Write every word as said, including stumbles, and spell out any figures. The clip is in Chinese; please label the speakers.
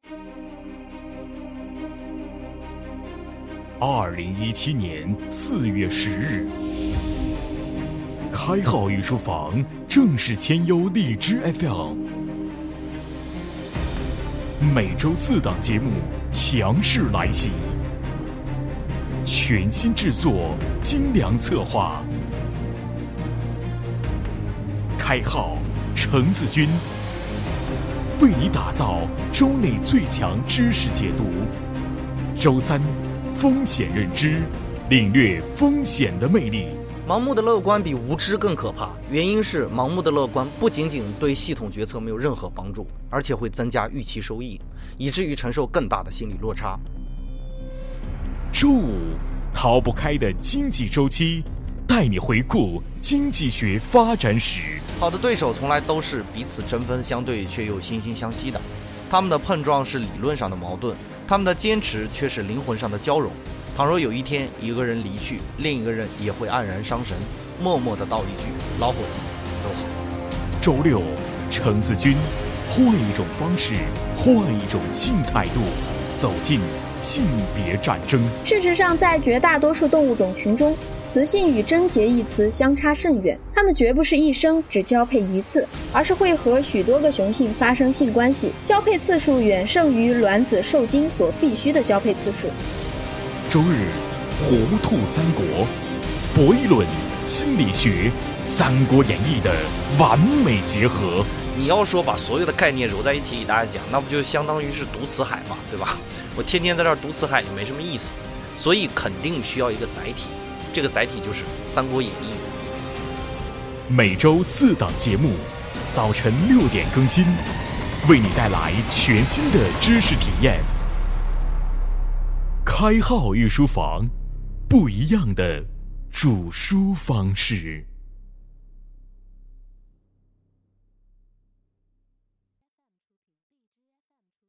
Speaker 1: 二零一七年四月十日，开号御书房正式签优荔枝 F M， 每周四档节目强势来袭，全新制作，精良策划。开号程子君为你打造周内最强知识解读。周三，风险认知，领略风险的魅力。
Speaker 2: 盲目的乐观比无知更可怕，原因是盲目的乐观不仅仅对系统决策没有任何帮助，而且会增加预期收益，以至于承受更大的心理落差。
Speaker 1: 周五，逃不开的经济周期，带你回顾经济学发展史。
Speaker 2: 好的对手从来都是彼此针锋相对却又惺惺相惜的，他们的碰撞是理论上的矛盾，他们的坚持却是灵魂上的交融。倘若有一天一个人离去，另一个人也会黯然伤神，默默地道一句：老伙计，走好。
Speaker 1: 周六，程子君换一种方式，换一种新态度，走进性别战争。
Speaker 3: 事实上，在绝大多数动物种群中，雌性与贞洁一词相差甚远，它们绝不是一生只交配一次，而是会和许多个雄性发生性关系，交配次数远胜于卵子受精所必须的交配次数。
Speaker 1: 周日，糊涂三国，博弈论、心理学、三国演义的完美结合。
Speaker 2: 你要说把所有的概念揉在一起给大家讲，那不就相当于是读词海嘛，对吧？我天天在这儿读词海也没什么意思，所以肯定需要一个载体，这个载体就是《三国演义》。
Speaker 1: 每周四档节目，早晨六点更新，为你带来全新的知识体验。开号御书房，不一样的煮书方式。